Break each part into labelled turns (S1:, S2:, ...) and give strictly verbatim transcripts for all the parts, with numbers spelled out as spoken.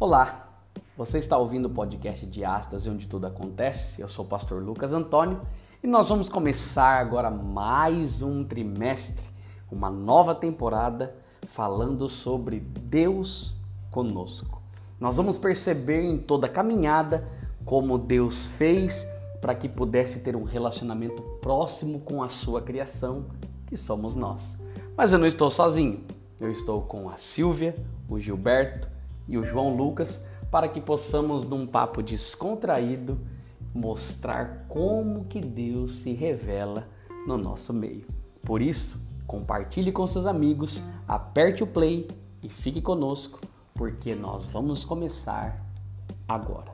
S1: Olá, você está ouvindo o podcast de Astas, onde tudo acontece. Eu sou o pastor Lucas Antônio e nós vamos começar agora mais um trimestre, uma nova temporada falando sobre Deus conosco. Nós vamos perceber em toda a caminhada como Deus fez para que pudesse ter um relacionamento próximo com a sua criação, que somos nós. Mas eu não estou sozinho, eu estou com a Silvia, o Gilberto e o João Lucas, para que possamos, num papo descontraído, mostrar como que Deus se revela no nosso meio. Por isso, compartilhe com seus amigos, aperte o play e fique conosco, porque nós vamos começar agora.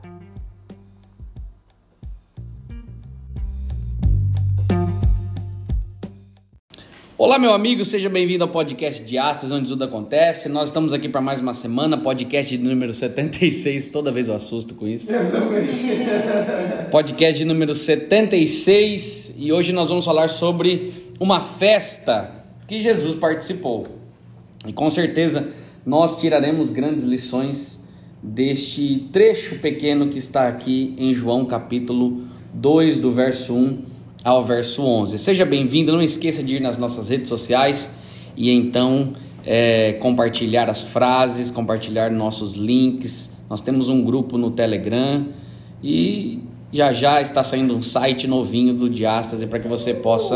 S1: Olá, meu amigo, seja bem-vindo ao podcast de Astas, onde tudo acontece. Nós estamos aqui para mais uma semana, podcast de número setenta e seis, toda vez eu assusto com isso. Eu também. Podcast de número setenta e seis, e hoje nós vamos falar sobre uma festa que Jesus participou. E com certeza nós tiraremos grandes lições deste trecho pequeno que está aqui em João capítulo dois, do verso um ao verso onze. Seja bem-vindo, não esqueça de ir nas nossas redes sociais e então é, compartilhar as frases, compartilhar nossos links. Nós temos um grupo no Telegram e já já está saindo um site novinho do Diástase para que você possa...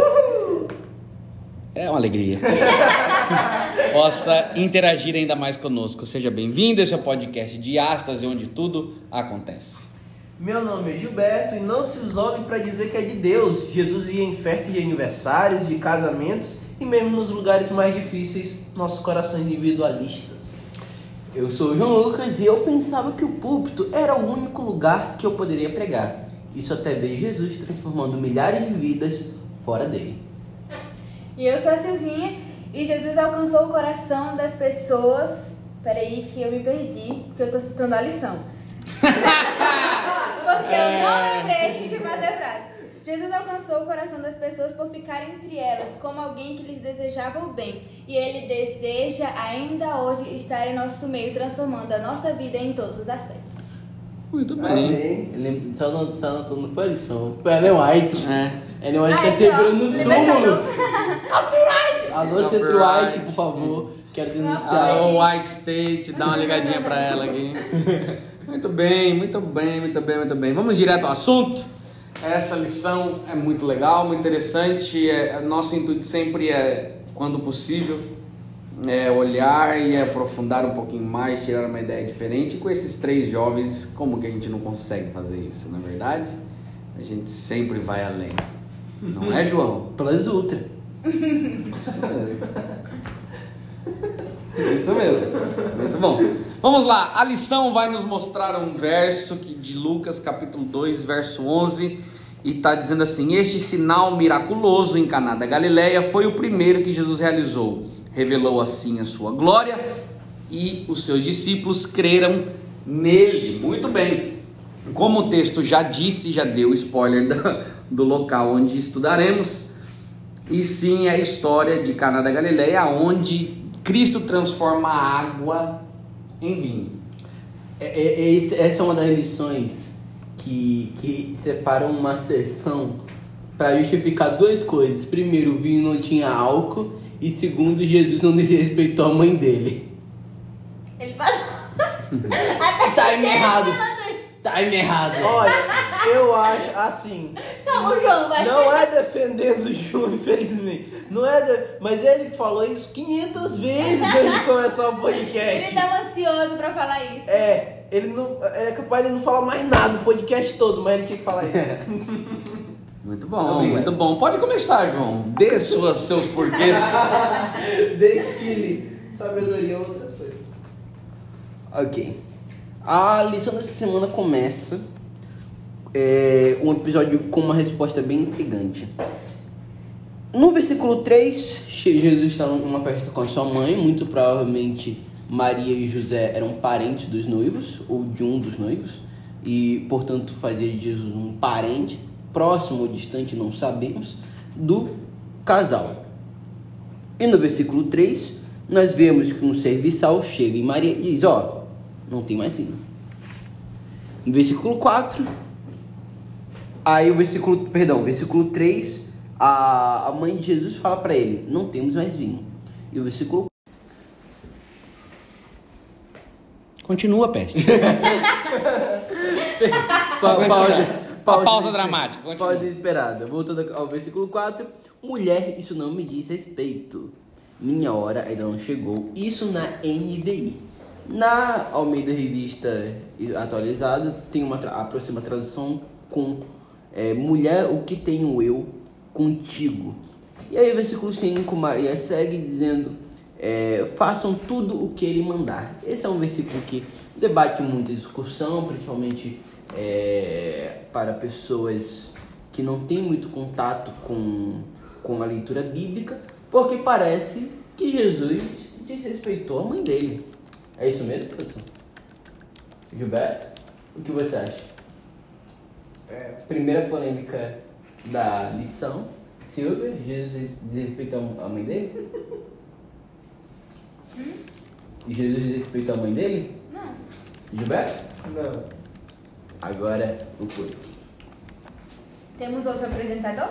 S1: É uma alegria. Possa interagir ainda mais conosco. Seja bem-vindo, esse é o podcast Diástase, onde tudo acontece.
S2: Meu nome é Gilberto e não se isole para dizer que é de Deus. Jesus ia em festas de aniversários, de casamentos e mesmo nos lugares mais difíceis, nossos corações individualistas.
S3: Eu sou o João Lucas e eu pensava que o púlpito era o único lugar que eu poderia pregar. Isso até ver Jesus transformando milhares de vidas fora dele.
S4: E eu sou a Silvinha e Jesus alcançou o coração das pessoas... Peraí que eu me perdi, porque eu tô citando a lição. Porque eu não lembrei de fazer frase. Jesus alcançou o coração das pessoas por ficar entre elas, como alguém que lhes desejava o bem. E Ele deseja ainda hoje estar em nosso meio, transformando a nossa vida em todos os aspectos.
S1: Muito bem.
S3: Amém. Só não, só não, não foi a lição. Foi a Ellen White.
S1: É.
S3: Ellen White
S4: Ai,
S3: tá segurando no túmulo.
S4: Copyright!
S3: Alô, Centro White, por favor. Quero denunciar.
S1: Alô, White State, dá uma ligadinha para ela aqui. Muito bem, muito bem, muito bem, muito bem. Vamos direto ao assunto. Essa lição é muito legal, muito interessante. É, nosso intuito sempre é, quando possível, é olhar e aprofundar um pouquinho mais, tirar uma ideia diferente. E com esses três jovens, como que a gente não consegue fazer isso, na verdade? A gente sempre vai além. Não é, João?
S3: Plus Ultra.
S1: Isso mesmo. Isso mesmo. Muito bom. Vamos lá, a lição vai nos mostrar um verso que, de Lucas capítulo dois, verso onze, e está dizendo assim: este sinal miraculoso em Caná da Galileia foi o primeiro que Jesus realizou. Revelou assim a sua glória e os seus discípulos creram nele. Muito bem. Como o texto já disse, já deu spoiler do, do local onde estudaremos, e sim é a história de Caná da Galileia, onde Cristo transforma a água em vinho.
S3: É, é, é, essa é uma das lições que, que separam uma sessão para justificar duas coisas. Primeiro, o vinho não tinha álcool. E segundo, Jesus não desrespeitou a mãe dele.
S4: Ele passou.
S3: Time errado. Time errado.
S2: Olha, eu acho assim...
S4: Só o João vai.
S2: Não é defendendo o João, infelizmente. Não é de... Mas ele falou isso quinhentas vezes antes de começar o podcast.
S4: Ele tava ansioso pra falar isso.
S2: É, ele não... É capaz de não falar mais nada o podcast todo, mas ele tinha que falar isso.
S1: Muito bom, Obrigado. muito bom. Pode começar, João. Dê suas, seus porquês.
S2: Dê-lhe sabedoria e outras coisas.
S3: Ok. A lição dessa semana começa é, um episódio com uma resposta bem intrigante. No versículo três, Jesus está numa festa com a sua mãe. Muito provavelmente Maria e José eram parentes dos noivos, ou de um dos noivos, e portanto fazia de Jesus um parente, próximo ou distante, não sabemos, do casal. E no versículo três, nós vemos que um serviçal chega em Maria e diz: ó, Não tem mais vinho. No versículo quatro, aí o versículo, perdão, versículo três, a, a mãe de Jesus fala para ele, não temos mais vinho. E o versículo...
S1: Continua, Peste.
S3: Pa- pausa,
S1: Uma pausa dramática. Continua.
S3: Pausa esperada. Voltando ao versículo quatro. Mulher, isso não me diz respeito. Minha hora ainda não chegou. Isso na N V I. Na Almeida Revista Atualizada, tem uma tra- a próxima tradução com é, mulher, o que tenho eu contigo. E aí, versículo cinco, Maria segue dizendo, é, façam tudo o que ele mandar. Esse é um versículo que debate muita discussão, principalmente é, para pessoas que não têm muito contato com, com a leitura bíblica, porque parece que Jesus desrespeitou a mãe dele. É isso mesmo, produção? Gilberto, o que você acha?
S2: É,
S3: Primeira polêmica da lição. Silvia, Jesus desrespeitou a mãe dele? Jesus desrespeitou a mãe dele?
S4: Não.
S3: Gilberto?
S2: não.
S3: Agora o Curi.
S4: Temos outro apresentador?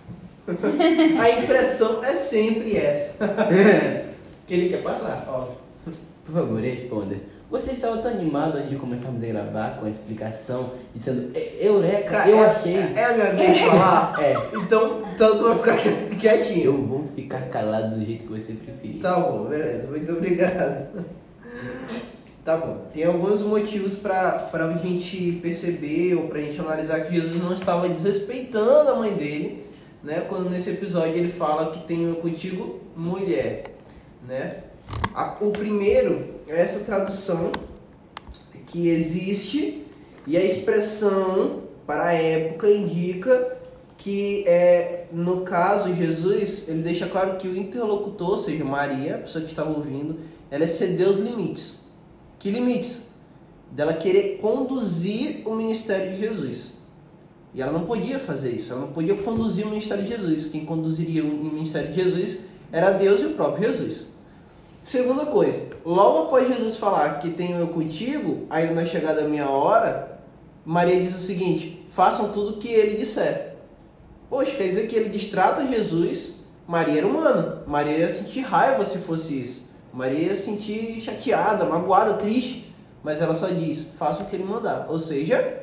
S2: A impressão é sempre essa. Que ele quer passar, óbvio.
S3: Por favor, responda. Você estava tão animado antes de começarmos a gravar com a explicação, dizendo, "E- Eureka,
S2: Cara,
S3: eu
S2: é,
S3: achei.
S2: É a minha vez de falar?
S3: É.
S2: Então, então tu vai ficar quietinho.
S3: Eu vou ficar calado do jeito que você preferir.
S2: Tá bom, beleza. Muito obrigado. Tá bom. Tem alguns motivos pra, pra gente perceber ou pra gente analisar que Jesus não estava desrespeitando a mãe dele, né? Quando nesse episódio ele fala que tenho contigo mulher, né? A- o primeiro é essa tradução que existe e a expressão para a época indica que é, no caso Jesus, ele deixa claro que o interlocutor, ou seja, Maria, a pessoa que estava ouvindo, ela excedeu os limites. Que limites? Dela querer conduzir o ministério de Jesus. E ela não podia fazer isso, ela não podia conduzir o ministério de Jesus. Quem conduziria o ministério de Jesus era Deus e o próprio Jesus. Segunda coisa, logo após Jesus falar que tenho eu contigo, ainda não é chegada a minha hora, Maria diz o seguinte, façam tudo o que ele disser. Poxa, quer dizer que ele destrata Jesus. Maria era humana, Maria ia sentir raiva se fosse isso. Maria ia sentir chateada, magoada, triste, mas ela só diz, faça o que ele mandar. Ou seja,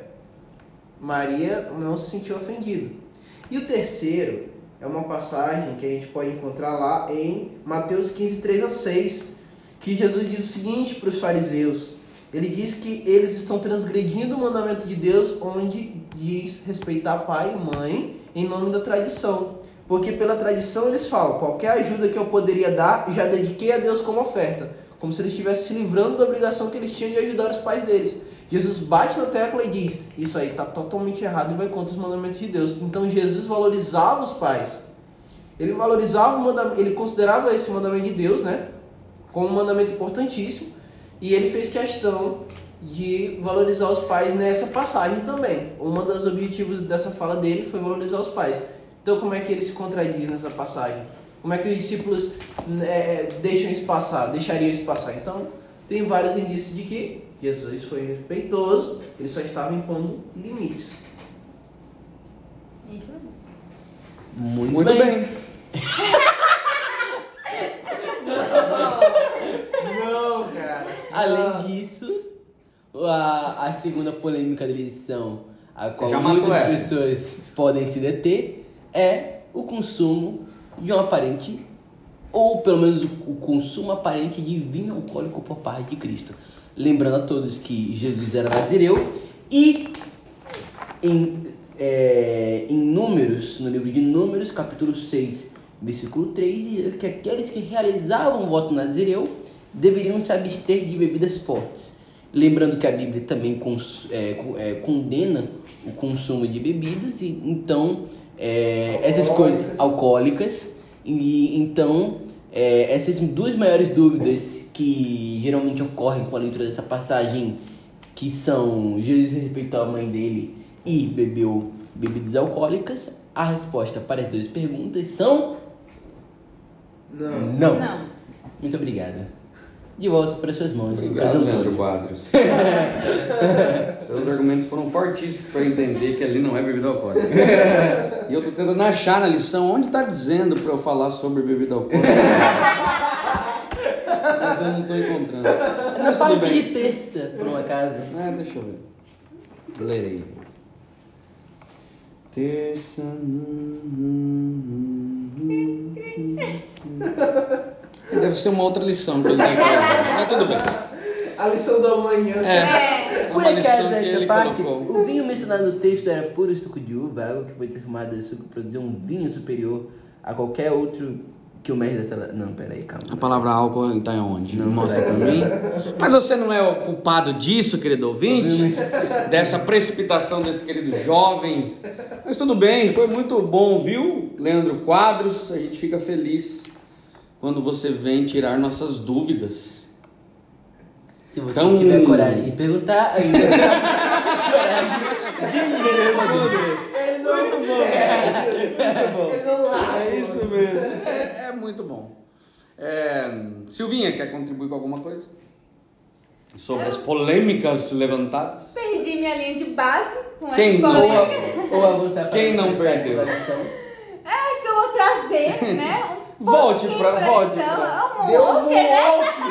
S2: Maria não se sentiu ofendida. E o terceiro é uma passagem que a gente pode encontrar lá em Mateus quinze, três a seis, que Jesus diz o seguinte para os fariseus. Ele diz que eles estão transgredindo o mandamento de Deus, onde diz respeitar pai e mãe em nome da tradição. Porque pela tradição eles falam, qualquer ajuda que eu poderia dar, já dediquei a Deus como oferta. Como se eles estivessem se livrando da obrigação que eles tinham de ajudar os pais deles. Jesus bate na tecla e diz, isso aí está totalmente errado e vai contra os mandamentos de Deus. Então Jesus valorizava os pais. Ele valorizava o mandamento, ele considerava esse mandamento de Deus, né, como um mandamento importantíssimo. E ele fez questão de valorizar os pais nessa passagem também. Um dos objetivos dessa fala dele foi valorizar os pais. Então como é que ele se contradiz nessa passagem? Como é que os discípulos é, deixam isso passar, deixariam isso passar? Então tem vários indícios de que Jesus foi respeitoso, ele só estava impondo limites.
S4: Isso mesmo.
S3: Muito,
S1: Muito
S3: bem.
S1: bem.
S2: Não, cara.
S3: Além disso, a, a segunda polêmica da edição, a
S1: já
S3: qual
S1: matou
S3: muitas
S1: essa.
S3: pessoas podem se deter, é o consumo de um aparente, ou pelo menos o, o consumo aparente de vinho alcoólico por parte de Cristo. Lembrando a todos que Jesus era nazireu e em, é, em Números, no livro de Números, capítulo seis, versículo três, diz que aqueles que realizavam o voto nazireu deveriam se abster de bebidas fortes. Lembrando que a Bíblia também cons, é, é, condena o consumo de bebidas, e então é, essas coisas alcoólicas, e então é, essas duas maiores dúvidas que geralmente ocorrem com a leitura dessa passagem, que são Jesus respeitou a mãe dele e bebeu bebidas alcoólicas, a resposta para as duas perguntas são
S2: Não.
S3: não.
S4: Não.
S3: Muito obrigado. De volta para suas mãos.
S1: Obrigado, Leandro Quadros. Seus argumentos foram fortíssimos para entender que ali não é bebida alcoólica. E eu estou tentando achar na lição onde está dizendo para eu falar sobre bebida alcoólica. Mas eu não estou encontrando.
S3: Na
S1: Mas tudo
S3: parte
S1: bem.
S3: de terça, por um acaso.
S1: Ah, deixa eu ver. Lerei. Terça. Deve ser uma outra lição que ele tem que fazer. Mas tudo bem.
S2: A lição da manhã.
S1: É.
S3: Por
S1: Uma
S3: acaso,
S1: lição que
S3: nesta
S1: ele
S3: parte,
S1: colocou.
S3: o vinho mencionado no texto era puro suco de uva, algo que foi transformado em suco para produzir um vinho superior a qualquer outro que o mestre dessa... Não, peraí, calma.
S1: A palavra álcool está onde?
S3: Não,
S1: Mostra
S3: não.
S1: pra mim. Mas você não é o culpado disso, querido ouvinte? Dessa precipitação desse querido jovem. Mas tudo bem, foi muito bom, viu? Leandro Quadros, a gente fica feliz quando você vem tirar nossas dúvidas.
S3: Se você
S1: Então-
S3: tiver coragem de perguntar, ainda coragem, dinheiro, eu vou dizer.
S2: Ele não é muito bom. Ele não larga.
S1: É isso mesmo. É, é muito bom. É, Silvinha, quer contribuir com alguma coisa? Sobre as polêmicas levantadas?
S4: Perdi minha linha de base com
S1: Quem
S4: essa
S1: não?
S4: polêmica.
S3: Ou avançar para
S1: Quem não
S3: outra parte
S1: perdeu?
S3: da lição.
S4: Eu acho que eu vou trazer, né? Um
S1: Volte
S4: pouquinho
S1: pra- volte
S4: lição.
S1: pra-
S4: Um
S2: Deu um
S4: walker, né?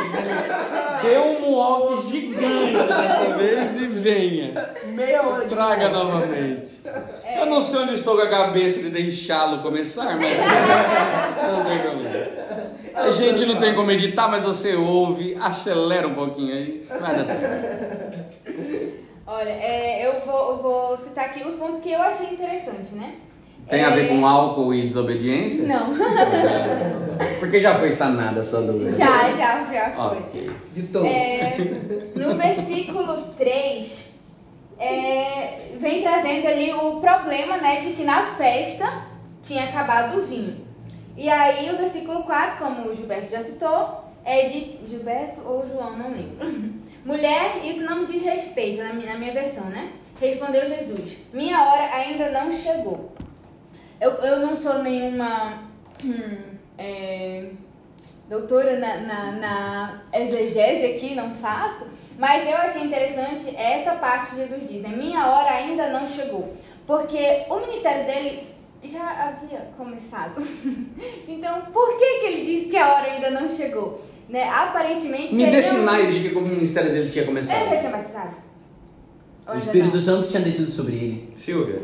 S1: Dê um walk gigante dessa vez e venha.
S2: Meia hora de
S1: Traga novamente. Eu não sei onde estou com a cabeça de deixá-lo começar, mas não tem problema. A gente não tem como editar, mas você ouve, acelera um pouquinho aí, vai dar certo.
S4: Olha, é, eu, vou, eu vou citar aqui os pontos que eu achei interessante, né?
S1: Tem a ver
S4: É,
S1: com álcool e desobediência?
S4: Não.
S1: Porque já foi sanada a sua dúvida.
S4: Já, já, já foi.
S1: Ok.
S2: De todos.
S4: É, no versículo três, é, vem trazendo ali o problema, né, de que na festa tinha acabado o vinho. E aí o versículo quatro, como o Gilberto já citou, é de Gilberto ou João, não lembro. Mulher, isso não me diz respeito, na minha, na minha versão, né? Respondeu Jesus, minha hora ainda não chegou. Eu, eu não sou nenhuma hum, é, doutora na, na, na exegese aqui, não faço, mas eu achei interessante essa parte que Jesus diz, né? Minha hora ainda não chegou, porque o ministério dele já havia começado. Então, por que que ele disse que a hora ainda não chegou? Né? Aparentemente...
S1: Me
S4: seria
S1: dê
S4: um-
S1: sinais de que o ministério dele tinha
S4: Ele já
S1: começado.
S4: tinha batizado? Ou
S3: O
S4: ainda
S3: Espírito
S4: não?
S3: Santo tinha descido sobre ele.
S1: Silvia,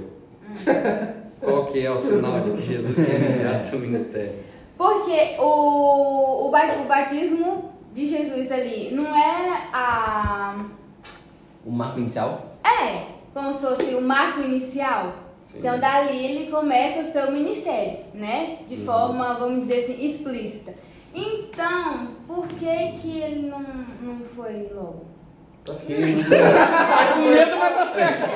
S1: qual que é o sinal de que Jesus tinha iniciado seu ministério?
S4: Porque o, o, ba- o batismo de Jesus ali não é a...
S3: O marco inicial.
S4: É, como se fosse o marco inicial.
S1: Sim.
S4: Então, dali ele começa o seu ministério, né? De forma, vamos dizer assim, explícita. Então, por que que ele não, não foi logo?
S1: Tá com medo, mas tá certo.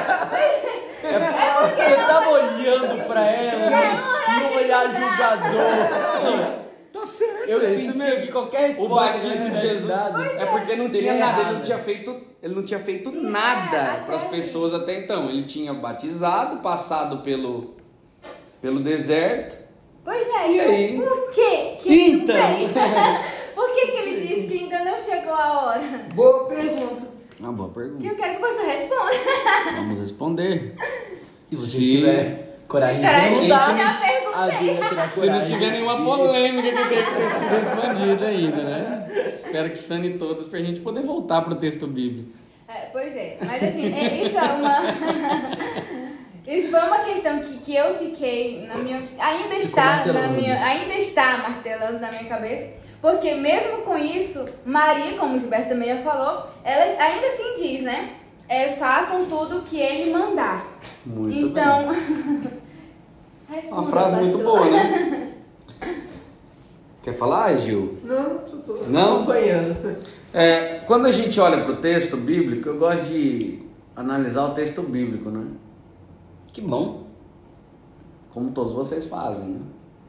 S3: Você tava olhando pra ela, não olhar julgador.
S1: Tá certo.
S3: Eu
S1: é isso
S3: senti
S1: mesmo.
S3: que qualquer
S1: O
S3: resposta
S1: batismo
S3: que ele
S1: de
S3: tivesse
S1: Jesus
S3: dado
S1: é porque não
S3: seria
S1: tinha nada, ele
S3: errada.
S1: não tinha feito, ele não tinha feito
S4: Não,
S1: nada
S4: até
S1: para as
S4: aí.
S1: pessoas até então. Ele tinha batizado, passado pelo pelo deserto.
S4: Pois é,
S1: E
S4: então,
S1: aí?
S4: por que que ele
S1: Então.
S4: não fez? Por que que ele disse que ainda não chegou a hora?
S2: Boa pergunta.
S1: Uma boa
S4: Que
S1: pergunta.
S4: eu quero que o pastor responda.
S1: Vamos responder.
S3: Se você
S1: Se-
S3: tiver coragem de
S4: Coragem de
S3: perguntar,
S4: já perguntei.
S3: a Bíblia terá
S1: Se não
S3: coragem.
S1: tiver nenhuma
S3: de-
S1: polêmica que tenha que ter sido respondida ainda, né? Espero que sane todas pra gente poder voltar pro texto bíblico.
S4: É, pois é, mas assim, é- isso é uma. Isso foi uma questão que, que eu fiquei na minha. Ainda está na
S3: martelando.
S4: minha. Ainda está martelando na minha cabeça. Porque mesmo com isso, Maria, como o Gilberto também já falou, ela ainda assim diz, né? É, façam tudo o que ele mandar.
S1: Muito
S4: então.
S1: bem.
S4: Responda,
S1: Uma frase muito
S4: pastor.
S1: boa, né? Quer falar, Gil?
S2: Não, só tô
S1: Não?
S2: acompanhando.
S1: É, quando a gente olha para o texto bíblico, eu gosto de analisar o texto bíblico, né?
S3: Que bom.
S1: Como todos vocês fazem, né?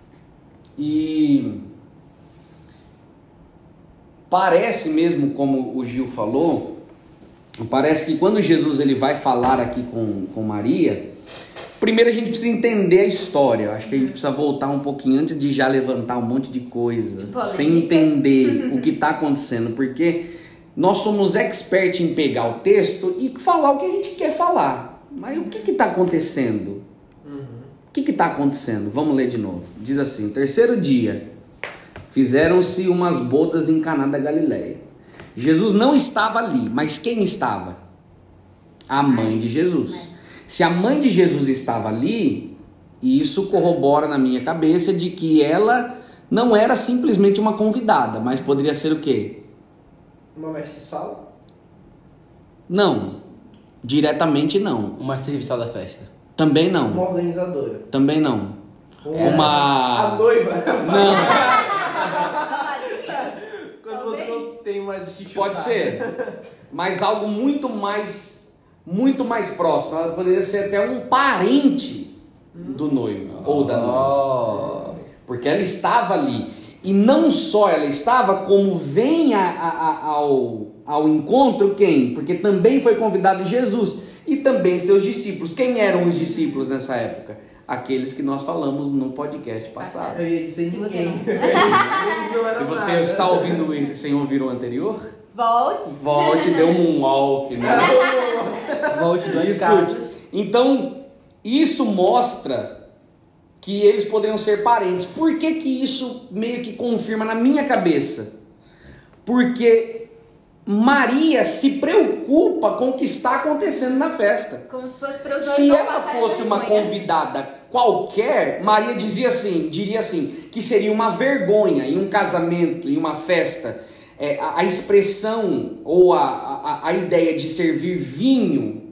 S1: E parece mesmo, como o Gil falou, parece que quando Jesus ele vai falar aqui com, com Maria, primeiro a gente precisa entender a história. Eu acho que a gente precisa voltar um pouquinho antes de já levantar um monte de coisa.
S4: Polêmica.
S1: Sem entender o que está acontecendo. Porque nós somos expert em pegar o texto e falar o que a gente quer falar. Mas o que está acontecendo?
S2: Uhum.
S1: O que está acontecendo? Vamos ler de novo. Diz assim: terceiro dia, fizeram-se umas bodas em Caná da Galileia. Jesus não estava ali, mas quem estava? A mãe de Jesus. Se a mãe de Jesus estava ali, isso corrobora na minha cabeça de que ela não era simplesmente uma convidada, mas poderia ser o quê?
S2: Uma mestre de sala?
S1: Não, diretamente não.
S3: Uma serviçal da festa.
S1: Também não.
S2: Uma organizadora?
S1: Também não.
S2: Uma...
S1: Uma...
S2: A noiva?
S1: Não.
S2: Quando você não tem mais o que
S1: Pode
S2: chutar.
S1: ser, mas algo muito mais, muito mais próximo. Ela poderia ser até um parente do noivo ou da noiva,
S3: Oh.
S1: porque ela estava ali. E não só ela estava, como vem a, a, a, ao, ao encontro quem? Porque também foi convidado Jesus e também seus discípulos. Quem eram os discípulos nessa época? Aqueles que nós falamos no podcast passado.
S2: Eu ia dizer
S4: Se você
S2: ninguém.
S4: não-
S2: Eles não eram
S1: Se você
S2: nada.
S1: está ouvindo isso sem ouvir o anterior,
S4: Volte.
S1: volte e dê um walk, né?
S3: Volte duas
S1: Escute.
S3: casas.
S1: Então, isso mostra que eles poderiam ser parentes. Por que que isso meio que confirma na minha cabeça? Porque Maria se preocupa com o que está acontecendo na festa.
S4: Como se fosse para os
S1: Se
S4: dois
S1: ela
S4: não passarem
S1: fosse uma
S4: vergonha.
S1: convidada qualquer, Maria dizia assim, diria assim, que seria uma vergonha em um casamento, em uma festa. É, a, a expressão ou a, a, a ideia de servir vinho,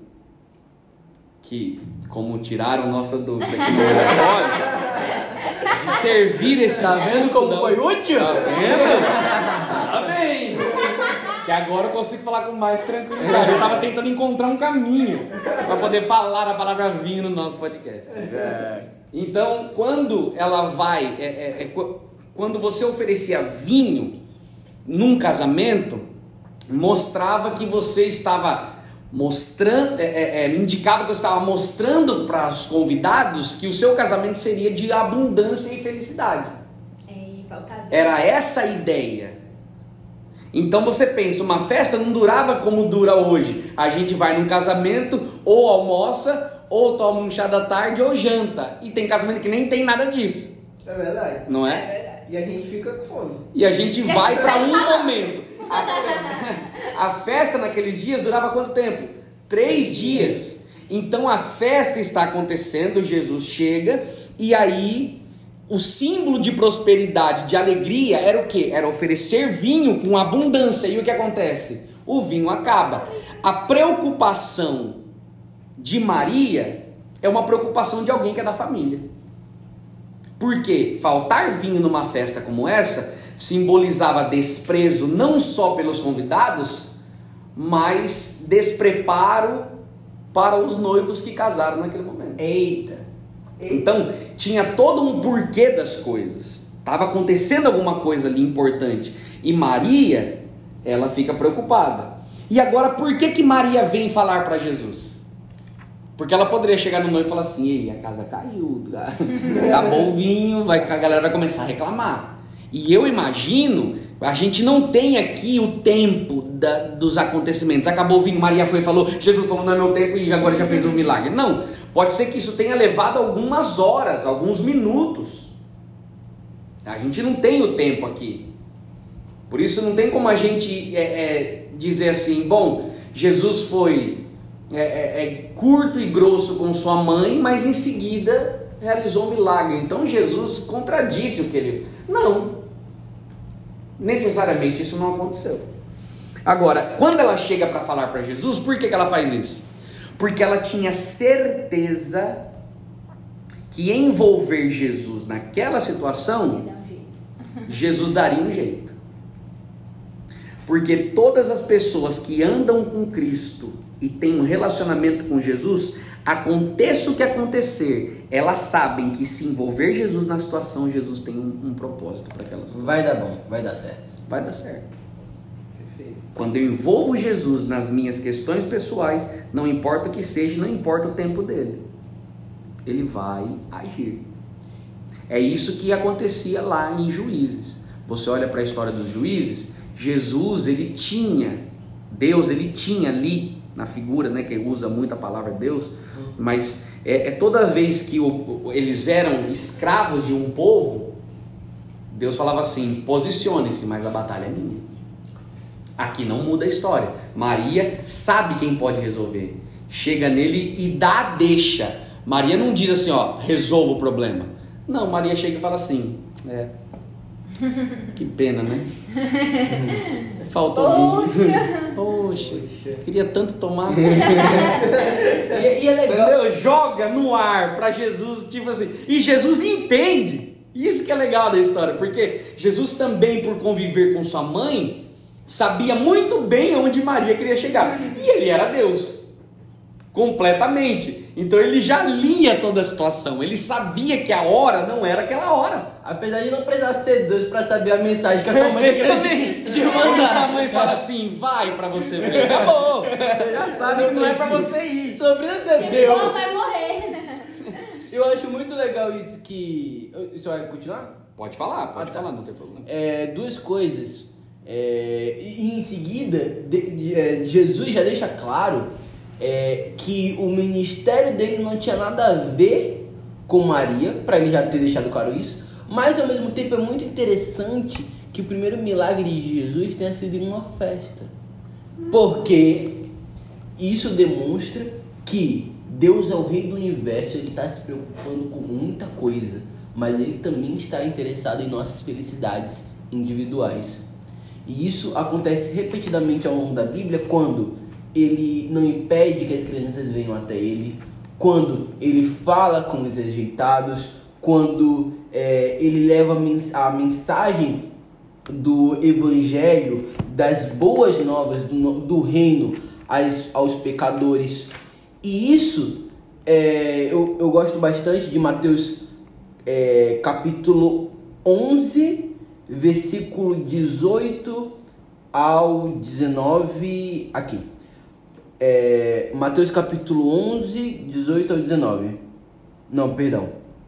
S1: que como tiraram nossa dúvida aqui no relatório, de servir esse
S3: Tá vendo como foi útil?
S1: Tá vendo? Tá bem. Que agora eu consigo falar com mais tranquilidade. Eu tava tentando encontrar um caminho para poder falar a palavra vinho no nosso podcast. Então, quando ela vai, é, é, é, quando você oferecia vinho num casamento, mostrava que você estava mostrando, é, é, é, indicava que você estava mostrando para os convidados que o seu casamento seria de abundância e felicidade.
S4: Ei, falta
S1: Era essa a ideia. Então você pensa, uma festa não durava como dura hoje. A gente vai num casamento, ou almoça, ou toma um chá da tarde, ou janta. E tem casamento que nem tem nada disso,
S2: É verdade.
S1: não
S4: É
S1: é?
S4: verdade.
S2: E a gente fica com fome.
S1: E a gente vai para um momento. A fe- a festa naqueles dias durava quanto tempo? Três dias. Então a festa está acontecendo, Jesus chega, e aí o símbolo de prosperidade, de alegria, era o quê? Era oferecer vinho com abundância. E o que acontece? O vinho acaba. A preocupação de Maria é uma preocupação de alguém que é da família. Porque faltar vinho numa festa como essa simbolizava desprezo não só pelos convidados, mas despreparo para os noivos que casaram naquele momento.
S3: Eita.
S1: Então, tinha todo um porquê das coisas. Estava acontecendo alguma coisa ali importante. E Maria, ela fica preocupada. E agora, por que que Maria vem falar para Jesus? Porque ela poderia chegar no noivo e falar assim: ei, a casa caiu, acabou o vinho, vai, a galera vai começar a reclamar. E eu imagino, a gente não tem aqui o tempo da, dos acontecimentos. Acabou o vinho, Maria foi e falou, Jesus falou, não é meu tempo e agora já fez um milagre. Não, pode ser que isso tenha levado algumas horas, alguns minutos. A gente não tem o tempo aqui. Por isso não tem como a gente é, é, dizer assim, bom, Jesus foi é, é, é, curto e grosso com sua mãe, mas em seguida realizou um milagre. Então Jesus contradisse o que ele... Não. Necessariamente isso não aconteceu. Agora, quando ela chega para falar para Jesus, por que que ela faz isso? Porque ela tinha certeza que envolver Jesus naquela situação,
S4: Dá um jeito.
S1: Jesus daria um jeito. Porque todas as pessoas que andam com Cristo e têm um relacionamento com Jesus, aconteça o que acontecer, elas sabem que se envolver Jesus na situação, Jesus tem um, um propósito para aquela situação.
S3: Vai dar bom, vai dar certo.
S1: Vai dar certo.
S2: Perfeito.
S1: Quando eu envolvo Jesus nas minhas questões pessoais, não importa o que seja, não importa o tempo dele. ele vai agir. É isso que acontecia lá em Juízes. Você olha para a história dos juízes, Jesus, ele tinha, Deus, ele tinha ali, na figura, né, que usa muito a palavra Deus, mas é, é toda vez que o, eles eram escravos de um povo, Deus falava assim, posicione-se, mas a batalha é minha. Aqui não muda a história. Maria sabe quem pode resolver. Chega nele e dá a deixa. Maria não diz assim, ó, resolva o problema. Não, Maria chega e fala assim, é, que pena, né? Faltou vinho. Poxa, queria tanto tomar. e, e é legal. Entendeu? Joga no ar para Jesus, tipo assim. E Jesus entende. Isso que é legal da história, porque Jesus também, por conviver com sua mãe, sabia muito bem onde Maria queria chegar. E ele era Deus. Completamente. Então ele já lia toda a situação. Ele sabia que a hora não era aquela hora.
S3: Apesar de não precisar ser Deus para saber a mensagem que a sua mãe quer
S1: de quando sua mãe fala assim, vai pra você ver. Acabou. Você já sabe que não é pra você ir.
S3: Só precisa ser Deus.
S4: Não vai morrer.
S3: Eu acho muito legal isso que... Você vai continuar?
S1: Pode falar, pode
S3: ah, tá.
S1: falar, não tem problema.
S3: É, duas coisas. É, e em seguida, de, de, é, Jesus já deixa claro é, que o ministério dele não tinha nada a ver com Maria, para ele já ter deixado claro isso, mas ao mesmo tempo é muito interessante que o primeiro milagre de Jesus tenha sido em uma festa, porque isso demonstra que Deus é o rei do universo, ele está se preocupando com muita coisa, mas ele também está interessado em nossas felicidades individuais. E isso acontece repetidamente ao longo da Bíblia, quando ele não impede que as crianças venham até ele, quando ele fala com os rejeitados, quando é, ele leva a mensagem do evangelho, das boas novas do, do reino aos, aos pecadores. E isso é, eu, eu gosto bastante de Mateus é, capítulo onze, versículo dezoito ao dezenove, aqui. É, Mateus capítulo onze, dezoito ao dezenove. Não, perdão.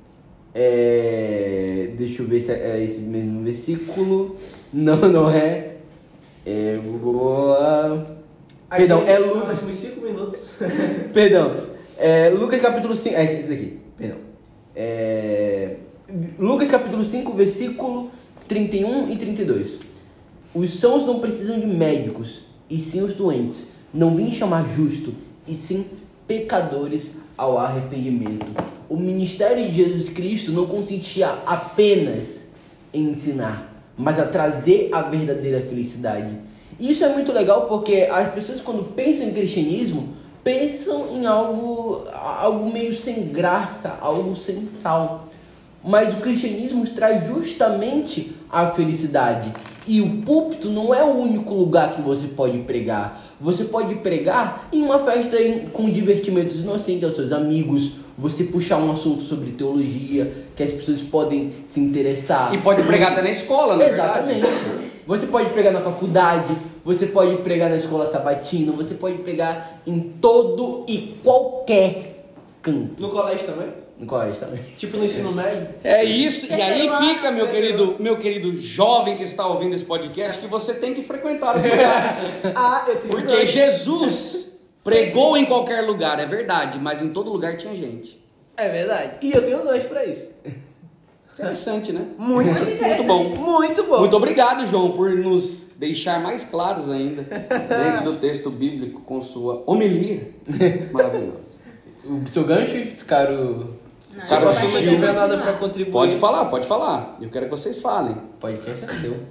S3: É, deixa eu ver se é esse mesmo versículo. Não, não é. É. Perdão, é Lucas.
S2: cinco minutos.
S3: Perdão. É, Lucas capítulo cinco. É esse daqui. Perdão. É, Lucas capítulo cinco, versículo trinta e um e trinta e dois. Os sãos não precisam de médicos, e sim os doentes. Não vim chamar justo, e sim pecadores ao arrependimento. O ministério de Jesus Cristo não consistia apenas em ensinar, mas a trazer a verdadeira felicidade. E isso é muito legal porque as pessoas, quando pensam em cristianismo, pensam em algo, algo meio sem graça, algo sem sal. Mas o cristianismo traz justamente a felicidade. E o púlpito não é o único lugar que você pode pregar. Você pode pregar em uma festa com divertimentos inocentes aos seus amigos. Você puxar um assunto sobre teologia, que as pessoas podem se interessar.
S1: E pode pregar até na escola, né?
S3: Exatamente. Você pode pregar na faculdade, você pode pregar na escola sabatina, você pode pregar em todo e qualquer canto.
S2: No colégio também?
S3: No colégio também.
S2: Tipo no ensino médio?
S1: É isso, e aí fica, meu querido, meu querido jovem que está ouvindo esse podcast, que você tem que frequentar os lugares.
S2: Ah, eu tenho
S1: Porque Jesus pregou em qualquer lugar, é verdade, mas em todo lugar tinha gente.
S2: É verdade. E eu tenho dois pra isso.
S1: Interessante, né?
S2: Muito,
S1: muito bom.
S2: Muito bom.
S1: Muito obrigado, João, por nos deixar mais claros ainda dentro do texto bíblico com sua homilia maravilhosa.
S3: O seu gancho, caro...
S4: Não,
S2: Se o pastor não tiver
S4: continuar.
S2: nada pra contribuir...
S1: Pode falar, pode falar. Eu quero que vocês falem.
S3: Podcast é seu.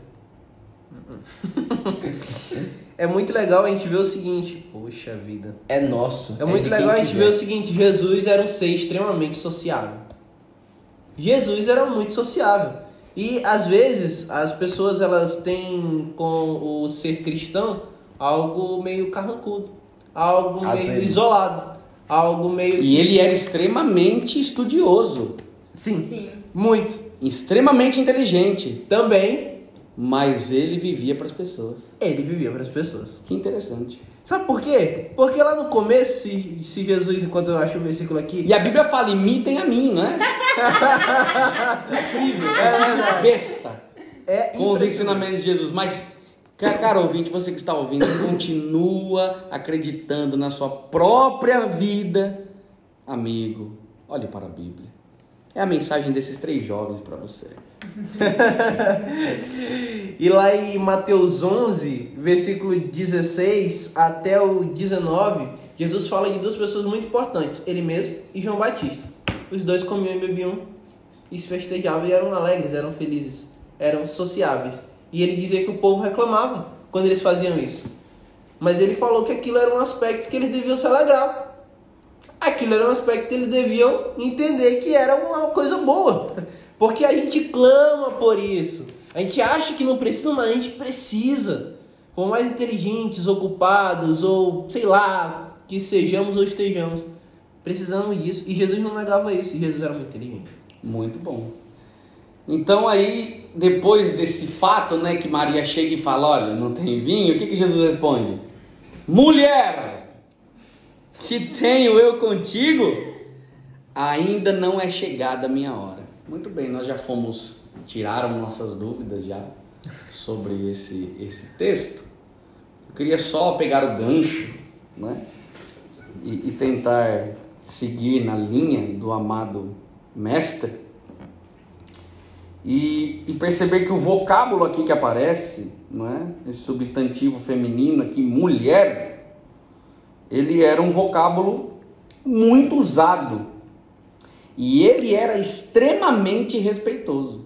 S2: É muito legal a gente ver o seguinte... Poxa vida.
S3: É nosso.
S2: É muito
S3: de
S2: legal a
S3: quem
S2: gente
S3: tiver.
S2: ver o seguinte... Jesus era um ser extremamente sociável. Jesus era muito sociável. E às vezes as pessoas elas têm com o ser cristão algo meio carrancudo, algo
S3: Às
S2: meio
S3: vezes.
S2: isolado, algo meio...
S1: E ele era extremamente estudioso,
S2: Sim,
S4: Sim.
S2: muito.
S1: extremamente inteligente.
S2: Também,
S1: mas ele vivia para as pessoas.
S2: Ele vivia para as pessoas.
S1: Que interessante.
S2: Sabe por quê? Porque lá no começo, se, se Jesus, enquanto eu acho o versículo aqui...
S1: E a Bíblia fala, imitem a mim, não é? Incrível. É besta.
S2: É
S1: com os ensinamentos de Jesus. Mas, cara ouvinte, você que está ouvindo, continua acreditando na sua própria vida. Amigo, olhe para a Bíblia. É a mensagem desses três jovens para você.
S2: E lá em Mateus onze, versículo dezesseis até o dezenove, Jesus fala de duas pessoas muito importantes, ele mesmo e João Batista. Os dois comiam e bebiam e se festejavam e eram alegres, eram felizes, eram sociáveis. E ele dizia que o povo reclamava quando eles faziam isso. Mas ele falou que aquilo era um aspecto que eles deviam se alegrar. Aquilo era um aspecto que eles deviam entender que era uma coisa boa. Porque a gente clama por isso. A gente acha que não precisa, mas a gente precisa. Por mais inteligentes, ocupados, ou sei lá, que sejamos ou estejamos, precisamos disso. E Jesus não negava isso. E Jesus era muito inteligente.
S1: Muito bom. Então aí, depois desse fato, né, que Maria chega e fala, olha, não tem vinho, o que, que Jesus responde? Mulher, que tenho eu contigo? Ainda não é chegada a minha hora. Muito bem, nós já fomos, tiraram nossas dúvidas já sobre esse, esse texto. Eu queria só pegar o gancho, né, e, e tentar seguir na linha do amado mestre e, e perceber que o vocábulo aqui que aparece, não é, esse substantivo feminino aqui, mulher, ele era um vocábulo muito usado. E ele era extremamente respeitoso.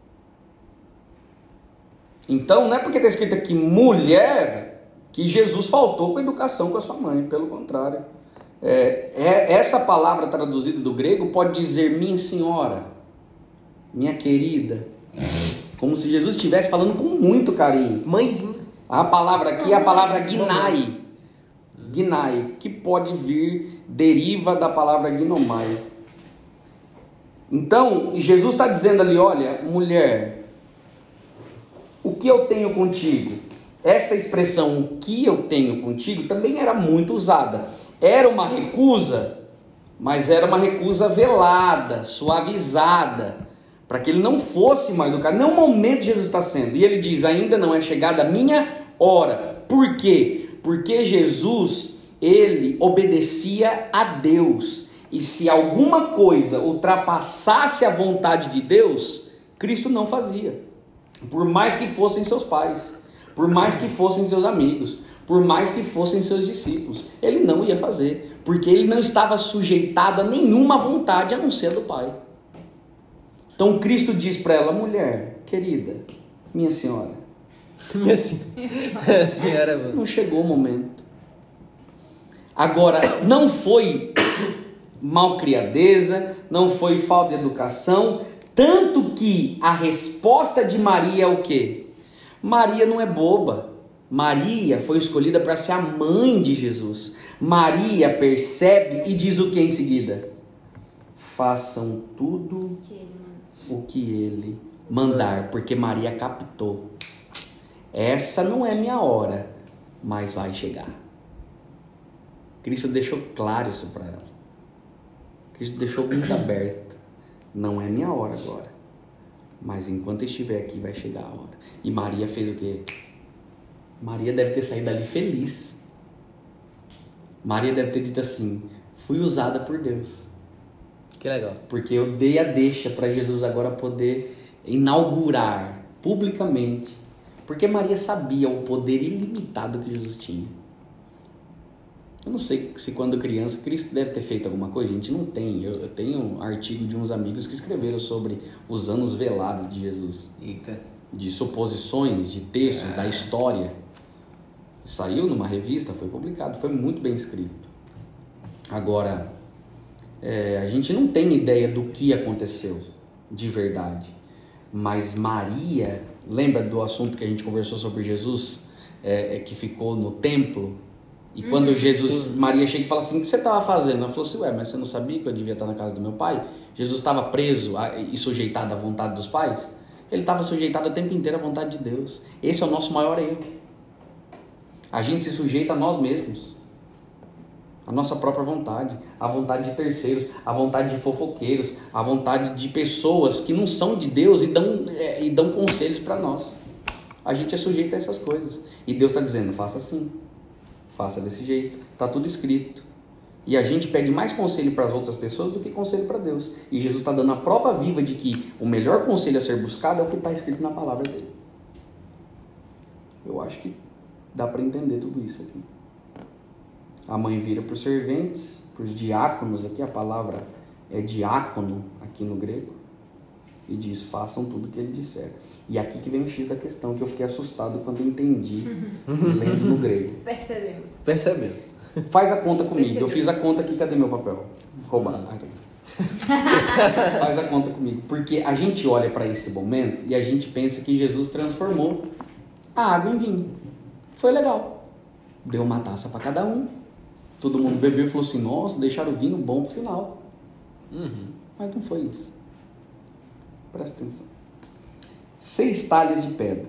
S1: Então, não é porque está escrito aqui mulher que Jesus faltou com a educação com a sua mãe. Pelo contrário. É, é, essa palavra traduzida do grego pode dizer minha senhora, minha querida. Como se Jesus estivesse falando com muito carinho.
S2: Mãezinha.
S1: A palavra aqui é a palavra ginai. Ginai, que pode vir, deriva da palavra ginomai. Então, Jesus está dizendo ali, olha, mulher, o que eu tenho contigo? Essa expressão, o que eu tenho contigo, também era muito usada. Era uma recusa, mas era uma recusa velada, suavizada, para que ele não fosse mal educado. Não, momento Jesus está sendo. E ele diz, ainda não é chegada a minha hora. Por quê? Porque Jesus, ele obedecia a Deus. E se alguma coisa ultrapassasse a vontade de Deus, Cristo não fazia. Por mais que fossem seus pais, por mais que fossem seus amigos, por mais que fossem seus discípulos, ele não ia fazer, porque ele não estava sujeitado a nenhuma vontade a não ser do Pai. Então Cristo diz para ela, mulher, querida, minha senhora,
S2: minha senhora, senhora mano.
S1: Não chegou o momento. Agora, não foi malcriadeza, não foi falta de educação, tanto que a resposta de Maria é o quê? Maria não é boba. Maria foi escolhida para ser a mãe de Jesus. Maria percebe e diz o que em seguida? Façam tudo o que ele mandar, porque Maria captou. Essa não é minha hora, mas vai chegar. Cristo deixou claro isso para ela. Cristo deixou muito aberto. Não é minha hora agora, mas enquanto eu estiver aqui vai chegar a hora. E Maria fez o quê? Maria deve ter saído dali feliz. Maria deve ter dito assim, fui usada por Deus.
S2: Que legal.
S1: Porque eu dei a deixa para Jesus agora poder inaugurar publicamente. Porque Maria sabia o poder ilimitado que Jesus tinha. Eu não sei se quando criança Cristo deve ter feito alguma coisa, a gente não tem. Eu, eu tenho um artigo de uns amigos que escreveram sobre os anos velados de Jesus.
S2: Eita.
S1: De suposições, de textos, ah. da história. Saiu numa revista, foi publicado, foi muito bem escrito. Agora, é, a gente não tem ideia do que aconteceu de verdade. Mas Maria, lembra do assunto que a gente conversou sobre Jesus, é, é, que ficou no templo? E quando hum, Jesus, sim. Maria chega e fala assim, o que você estava fazendo? Ela falou assim, ué, mas você não sabia que eu devia estar na casa do meu pai? Jesus estava preso a, e sujeitado à vontade dos pais? Ele estava sujeitado o tempo inteiro à vontade de Deus. Esse é o nosso maior erro. A gente se sujeita a nós mesmos, a nossa própria vontade, a vontade de terceiros, a vontade de fofoqueiros, a vontade de pessoas que não são de Deus e dão, é, e dão conselhos para nós. A gente é sujeito a essas coisas. E Deus está dizendo, faça assim, faça desse jeito, está tudo escrito. E a gente pede mais conselho para as outras pessoas do que conselho para Deus. E Jesus está dando a prova viva de que o melhor conselho a ser buscado é o que está escrito na palavra dele. Eu acho que dá para entender tudo isso aqui. A mãe vira para os serventes, para os diáconos, aqui a palavra é diácono aqui no grego, e diz, façam tudo o que ele disser. E aqui que vem o X da questão, que eu fiquei assustado quando eu entendi, lendo no grego.
S4: Percebemos.
S2: Percebemos.
S1: Faz a conta comigo.
S4: Percebeu.
S1: Eu fiz a conta aqui, cadê meu papel? Roubado. Ah, tá. Faz a conta comigo. Porque a gente olha para esse momento e a gente pensa que Jesus transformou a água em vinho. Foi legal. Deu uma taça para cada um. Todo mundo bebeu e falou assim, nossa, deixaram o vinho bom pro final.
S2: Uhum.
S1: Mas não foi isso. Presta atenção. Seis talhas de pedra.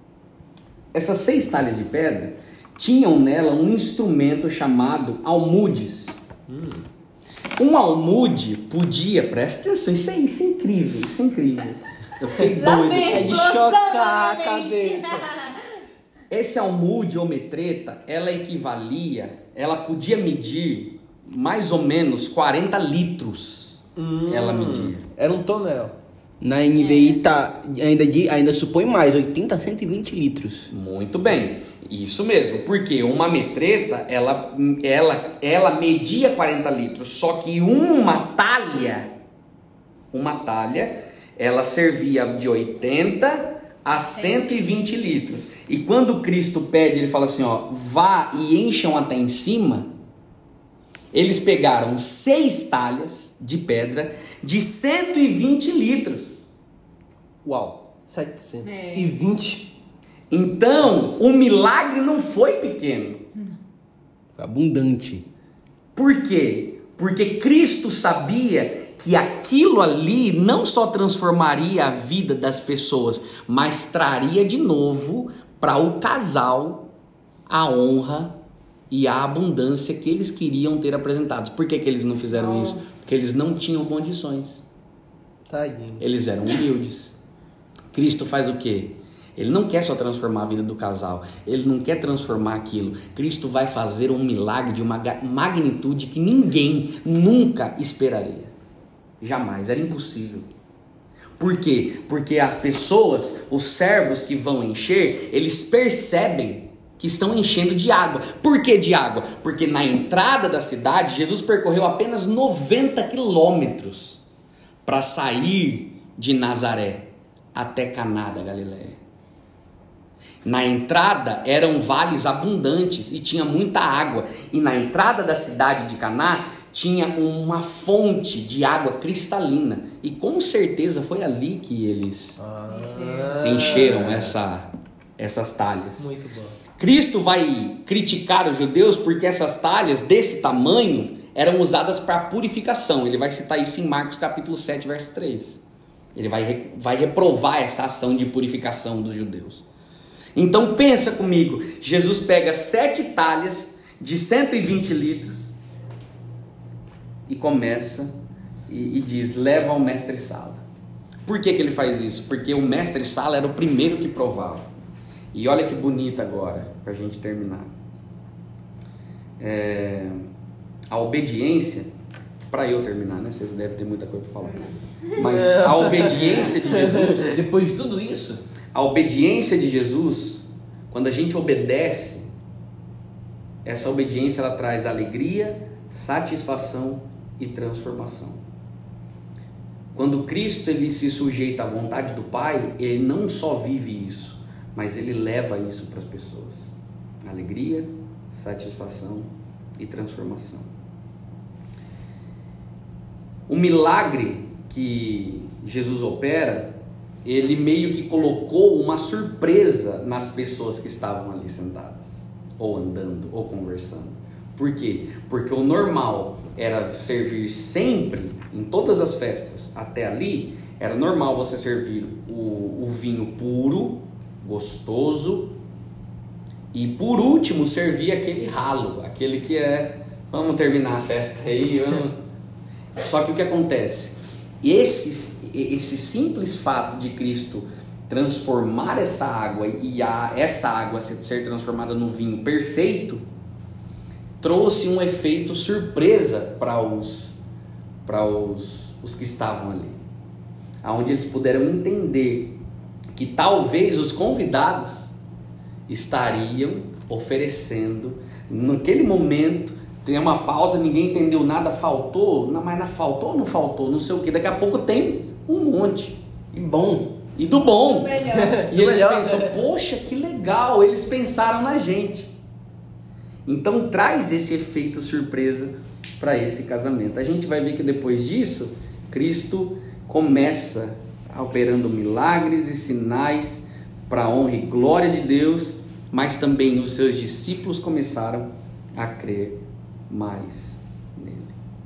S1: Essas seis talhas de pedra tinham nela um instrumento chamado almudes. Hum. Um almude podia, presta atenção, isso é, isso é incrível, isso é incrível. Eu fiquei
S4: Lá
S1: doido.
S4: vem
S2: É de
S4: explosão
S2: chocar a
S4: na
S2: cabeça.
S1: Esse almude ou metreta, ela equivalia, ela podia medir mais ou menos quarenta litros.
S2: Hum.
S1: Ela media.
S2: Era um tonel.
S3: Na N V I tá, ainda, de- ainda supõe mais, oitenta a cento e vinte litros.
S1: Muito bem, isso mesmo, porque uma metreta, ela, ela, ela media quarenta litros, só que uma talha, uma talha, ela servia de oitenta a cento e vinte litros. E quando Cristo pede, ele fala assim, ó, vá e encham até em cima, eles pegaram seis talhas de pedra de cento e vinte litros.
S2: Uau. setecentos e vinte.
S1: Então, o milagre não foi pequeno.
S3: Foi abundante.
S1: Por quê? Porque Cristo sabia que aquilo ali não só transformaria a vida das pessoas, mas traria de novo para o casal a honra e a abundância que eles queriam ter apresentados. Por que que eles não fizeram
S4: Nossa.
S1: isso? Porque eles não tinham condições.
S2: Tadinho.
S1: Eles eram humildes. Cristo faz o quê? Ele não quer só transformar a vida do casal. Ele não quer transformar aquilo. Cristo vai fazer um milagre de uma ga- magnitude que ninguém nunca esperaria. Jamais. Era impossível. Por quê? Porque as pessoas, os servos que vão encher, eles percebem que estão enchendo de água. Por que de água? Porque na entrada da cidade, Jesus percorreu apenas noventa quilômetros para sair de Nazaré até Caná da Galileia. Na entrada eram vales abundantes e tinha muita água. E na entrada da cidade de Caná tinha uma fonte de água cristalina. E com certeza foi ali que eles
S2: Ah.
S1: encheram essa, essas talhas.
S2: Muito bom.
S1: Cristo vai criticar os judeus porque essas talhas desse tamanho eram usadas para purificação. Ele vai citar isso em Marcos capítulo sete, verso três. Ele vai, re- vai reprovar essa ação de purificação dos judeus. Então pensa comigo, Jesus pega sete talhas de cento e vinte litros e começa e, e diz, leva ao mestre-sala. Por que que ele faz isso? Porque o mestre-sala era o primeiro que provava. E olha que bonito agora, para a gente terminar. É, a obediência, para eu terminar, né? Vocês devem ter muita coisa para falar. Mas a obediência de Jesus,
S2: Depois de tudo isso,
S1: a obediência de Jesus, quando a gente obedece, essa obediência ela traz alegria, satisfação e transformação. Quando Cristo ele se sujeita à vontade do Pai, ele não só vive isso, mas ele leva isso para as pessoas. Alegria, satisfação e transformação. O milagre que Jesus opera, ele meio que colocou uma surpresa nas pessoas que estavam ali sentadas, ou andando, ou conversando. Por quê? Porque o normal era servir sempre, em todas as festas, até ali, Era normal você servir o, o vinho puro, gostoso, e por último servir aquele ralo, aquele que é, vamos terminar a festa aí, vamos... Só que o que acontece? Esse, esse simples fato de Cristo transformar essa água e a, essa água ser transformada no vinho perfeito, trouxe um efeito surpresa para os, para os, os que estavam ali, onde eles puderam entender que talvez os convidados estariam oferecendo, naquele momento, tem uma pausa, ninguém entendeu nada, faltou, não, mas não faltou ou não faltou, não sei o que, daqui a pouco tem um monte, e bom, e do bom, e eles pensam, poxa, que legal, eles pensaram na gente. Então traz esse efeito surpresa para esse casamento. A gente vai ver que depois disso, Cristo começa operando milagres e sinais para a honra e glória de Deus, mas também os seus discípulos começaram a crer mais nele.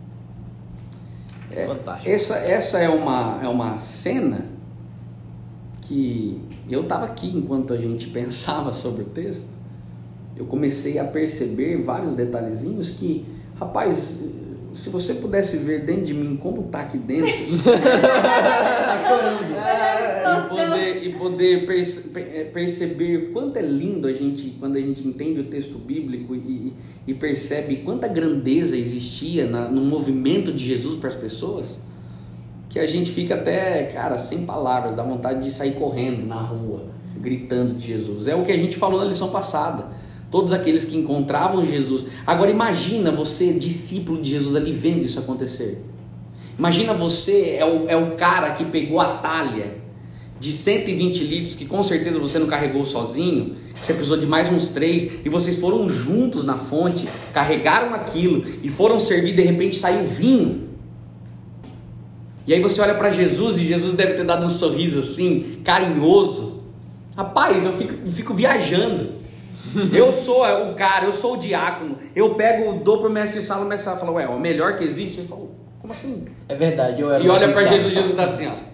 S1: É,
S2: Fantástico.
S1: Essa, essa é, uma, é uma cena que eu estava aqui enquanto a gente pensava sobre o texto. Eu comecei a perceber vários detalhezinhos que, rapaz, se você pudesse ver dentro de mim como tá aqui dentro, tá chorando. E poder, e poder perce, perceber quanto é lindo a gente, quando a gente entende o texto bíblico e, e percebe quanta grandeza existia na, no movimento de Jesus para as pessoas, que a gente fica até, cara, sem palavras, dá vontade de sair correndo na rua, gritando de Jesus. É o que a gente falou na lição passada. Todos aqueles que encontravam Jesus. Agora imagina você, discípulo de Jesus, ali vendo isso acontecer. Imagina você, é o, é o cara que pegou a talha de cento e vinte litros, que com certeza você não carregou sozinho, você precisou de mais uns três, e vocês foram juntos na fonte, carregaram aquilo, e foram servir, de repente saiu vinho. E aí você olha para Jesus, e Jesus deve ter dado um sorriso assim, carinhoso. Rapaz, eu fico, eu fico viajando. Eu sou o cara, eu sou o diácono. Eu pego, dou pro mestre de sala, o mestre de sala fala, ué, o melhor que existe? Ele fala, como assim?
S3: É verdade, eu era.
S1: E olha pra Jesus, Jesus tá assim, ó.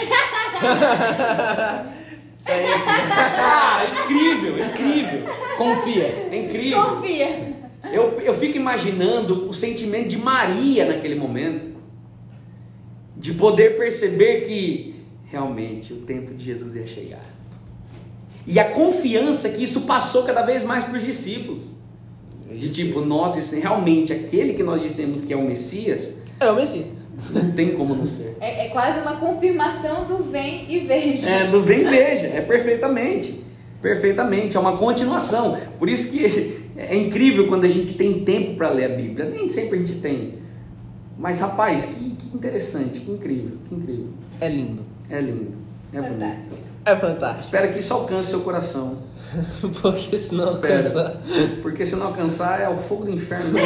S3: Isso aí é
S1: Ah, incrível, incrível.
S3: Confia.
S1: É incrível.
S4: Confia.
S1: Eu, eu fico imaginando o sentimento de Maria naquele momento, de poder perceber que realmente o tempo de Jesus ia chegar. E a confiança que isso passou cada vez mais para os discípulos. De tipo, nós, realmente, aquele que nós dissemos que é o Messias,
S2: É o Messias.
S1: não tem como não ser.
S4: É, é quase uma confirmação do vem e veja.
S1: É, do vem e veja, é perfeitamente. Perfeitamente, é uma continuação. Por isso que é incrível quando a gente tem tempo para ler a Bíblia. Nem sempre a gente tem. Mas, rapaz, que, que interessante, que incrível, que incrível.
S2: É lindo.
S1: É lindo, é bonito.
S4: Fantástico.
S2: É fantástico.
S1: Espero que isso alcance seu coração.
S2: Porque se não
S1: Espero.
S2: alcançar.
S1: Porque se não alcançar é o fogo do inferno.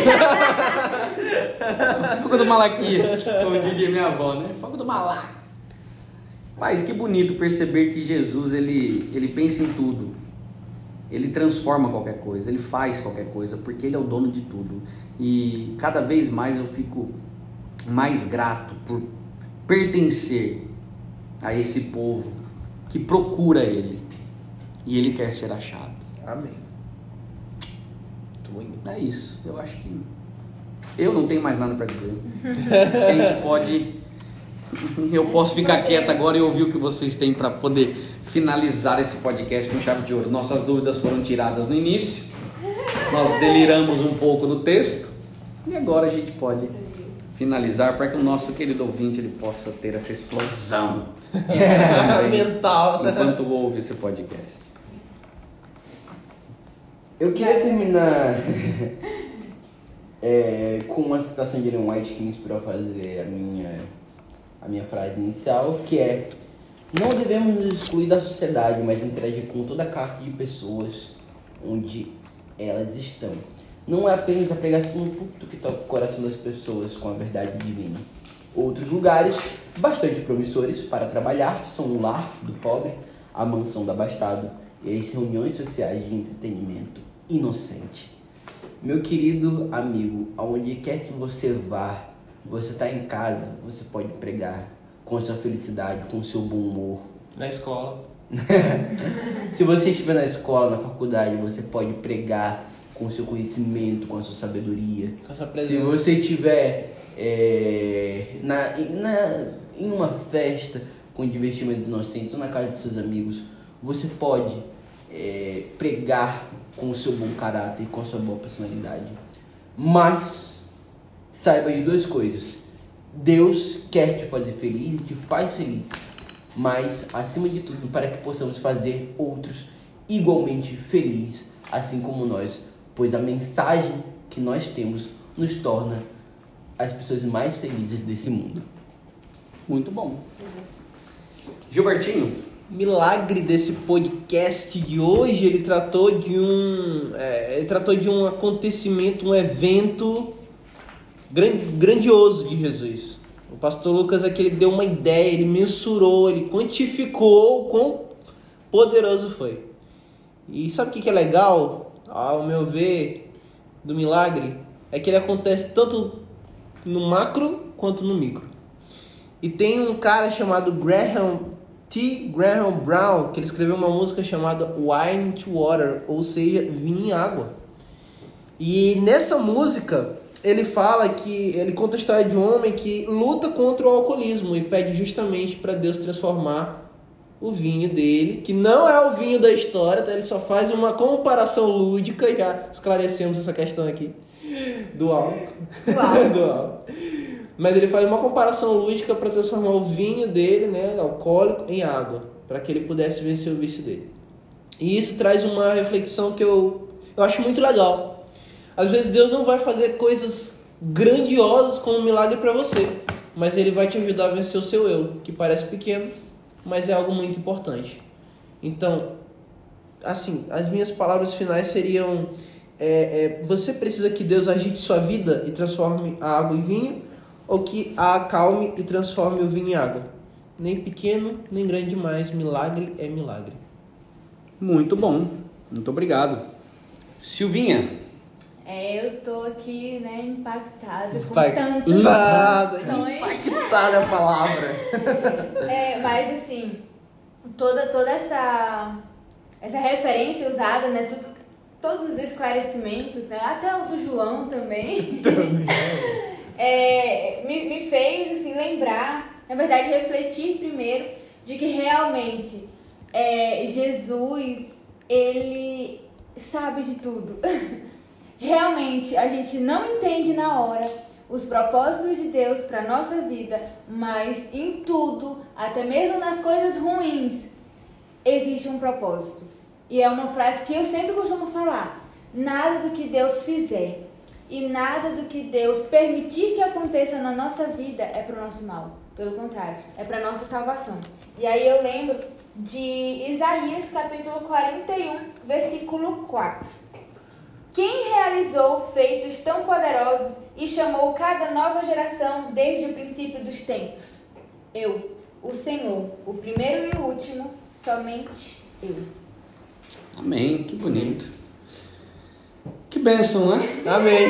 S1: O fogo do Malaquias, como diria minha avó, né? Fogo do Malá. Mas que bonito perceber que Jesus, ele, ele pensa em tudo. Ele transforma qualquer coisa, ele faz qualquer coisa, porque ele é o dono de tudo. E cada vez mais eu fico mais grato por pertencer a esse povo que procura ele e ele quer ser achado.
S2: Amém. Muito bonito.
S1: É isso, eu acho que eu não tenho mais nada para dizer. A gente pode, eu posso ficar quieto agora e ouvir o que vocês têm para poder finalizar esse podcast com chave de ouro. Nossas dúvidas foram tiradas no início, nós deliramos um pouco do texto e agora a gente pode finalizar para que o nosso querido ouvinte ele possa ter essa explosão
S2: É, mental.
S1: enquanto ouve esse podcast.
S3: Eu queria terminar é, com uma citação de Ellen White que me inspirou a fazer a minha, a minha frase inicial, que é: não devemos nos excluir da sociedade, mas interagir com toda a classe de pessoas onde elas estão. Não é apenas a pregação do púlpito que toca o coração das pessoas com a verdade divina. Outros lugares bastante promissores para trabalhar são o lar do pobre, a mansão do abastado e as reuniões sociais de entretenimento inocente. Meu querido amigo, aonde quer que você vá, você está em casa, você pode pregar com a sua felicidade, com o seu bom humor.
S2: Na escola.
S3: Se você estiver na escola, na faculdade, você pode pregar com o seu conhecimento, com a sua sabedoria.
S2: Com a sua presença.
S3: Se você estiver é, na, na, em uma festa com divertimentos inocentes ou na casa de seus amigos, você pode é, pregar com o seu bom caráter, com a sua boa personalidade. Mas saiba de duas coisas. Deus quer te fazer feliz e te faz feliz. Mas, acima de tudo, para que possamos fazer outros igualmente felizes, assim como nós, pois a mensagem que nós temos nos torna as pessoas mais felizes desse mundo.
S1: Muito bom. Gilbertinho?
S2: Milagre desse podcast de hoje, ele tratou de um, é, ele tratou de um acontecimento, um evento gran, grandioso de Jesus. O pastor Lucas aqui ele deu uma ideia, ele mensurou, ele quantificou o quão poderoso foi. E sabe o que, que é legal, ao meu ver, do milagre? É que ele acontece tanto no macro quanto no micro. E tem um cara chamado Graham T. Graham Brown, que ele escreveu uma música chamada Wine to Water, ou seja, vinho e água. E nessa música ele fala que ele conta a história de um homem que luta contra o alcoolismo e pede justamente para Deus transformar o vinho dele, que não é o vinho da história, tá? Ele só faz uma comparação lúdica, já esclarecemos essa questão aqui do álcool.
S4: Do álcool.
S2: do álcool. Mas ele faz uma comparação lúdica para transformar o vinho dele, né, alcoólico, em água, para que ele pudesse vencer o vício dele. E isso traz uma reflexão que eu, eu acho muito legal. Às vezes Deus não vai fazer coisas grandiosas como um milagre para você, mas Ele vai te ajudar a vencer o seu eu, que parece pequeno, mas é algo muito importante. Então, assim, as minhas palavras finais seriam: é, é, você precisa que Deus agite sua vida e transforme a água em vinho, ou que a acalme e transforme o vinho em água? Nem pequeno, nem grande demais, milagre é milagre.
S1: Muito bom, muito obrigado. Silvinha?
S4: É, eu tô aqui, né, impactada com
S2: Impactada.
S4: tantas
S2: Nada,
S4: informações.
S2: impactada a palavra.
S4: É, mas assim, toda, toda essa, essa referência usada, né, tudo, todos os esclarecimentos, né, até o do João também, é, me, me fez assim, lembrar, na verdade refletir primeiro, de que realmente é, Jesus, ele sabe de tudo. Realmente, a gente não entende na hora os propósitos de Deus para nossa vida, mas em tudo, até mesmo nas coisas ruins, existe um propósito. E é uma frase que eu sempre costumo falar: nada do que Deus fizer e nada do que Deus permitir que aconteça na nossa vida é para o nosso mal. Pelo contrário, é para nossa salvação. E aí eu lembro de Isaías capítulo quarenta e um, versículo quatro. Quem realizou feitos tão poderosos e chamou cada nova geração desde o princípio dos tempos? Eu, o Senhor, o primeiro e o último, somente eu.
S1: Amém, que bonito. Que bênção, né?
S2: Amém.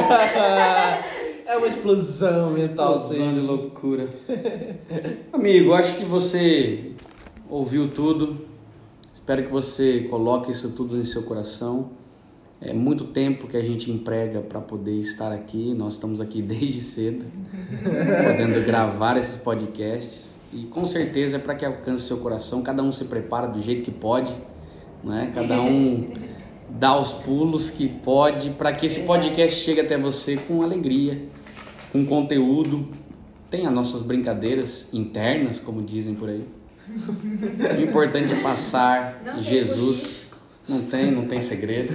S2: É uma explosão mental,
S1: Explosão de loucura. Amigo, acho que você ouviu tudo. Espero que você coloque isso tudo em seu coração. É muito tempo que a gente emprega para poder estar aqui. Nós estamos aqui desde cedo, podendo gravar esses podcasts. E com certeza é para que alcance seu coração. Cada um se prepara do jeito que pode, né? Cada um dá os pulos que pode para que esse podcast chegue até você com alegria, com conteúdo. Tem as nossas brincadeiras internas, como dizem por aí. O importante é passar Jesus. Não tem, não tem segredos.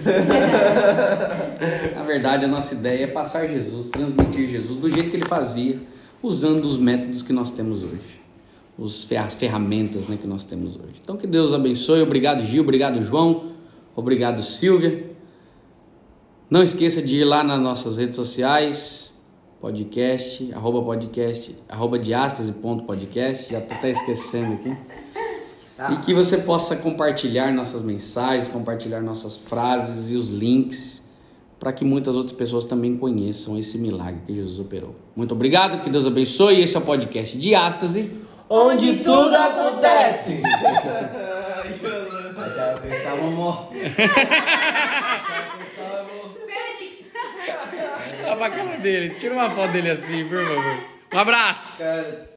S1: Na verdade, a nossa ideia é passar Jesus, transmitir Jesus do jeito que ele fazia, usando os métodos que nós temos hoje, os, as ferramentas, né, que nós temos hoje. Então, que Deus abençoe. Obrigado, Gil. Obrigado, João. Obrigado, Silvia. Não esqueça de ir lá nas nossas redes sociais, podcast, arroba podcast, arroba diástase ponto podcast. Já estou até esquecendo aqui. E que você possa compartilhar nossas mensagens, compartilhar nossas frases e os links para que muitas outras pessoas também conheçam esse milagre que Jesus operou. Muito obrigado, que Deus abençoe. Esse é o podcast Diástase,
S2: onde tudo acontece.
S3: Já eu estava morto.
S4: Fênix.
S1: Olha pra cara dele. Tira uma foto dele assim, por favor. Um abraço.
S2: Cara,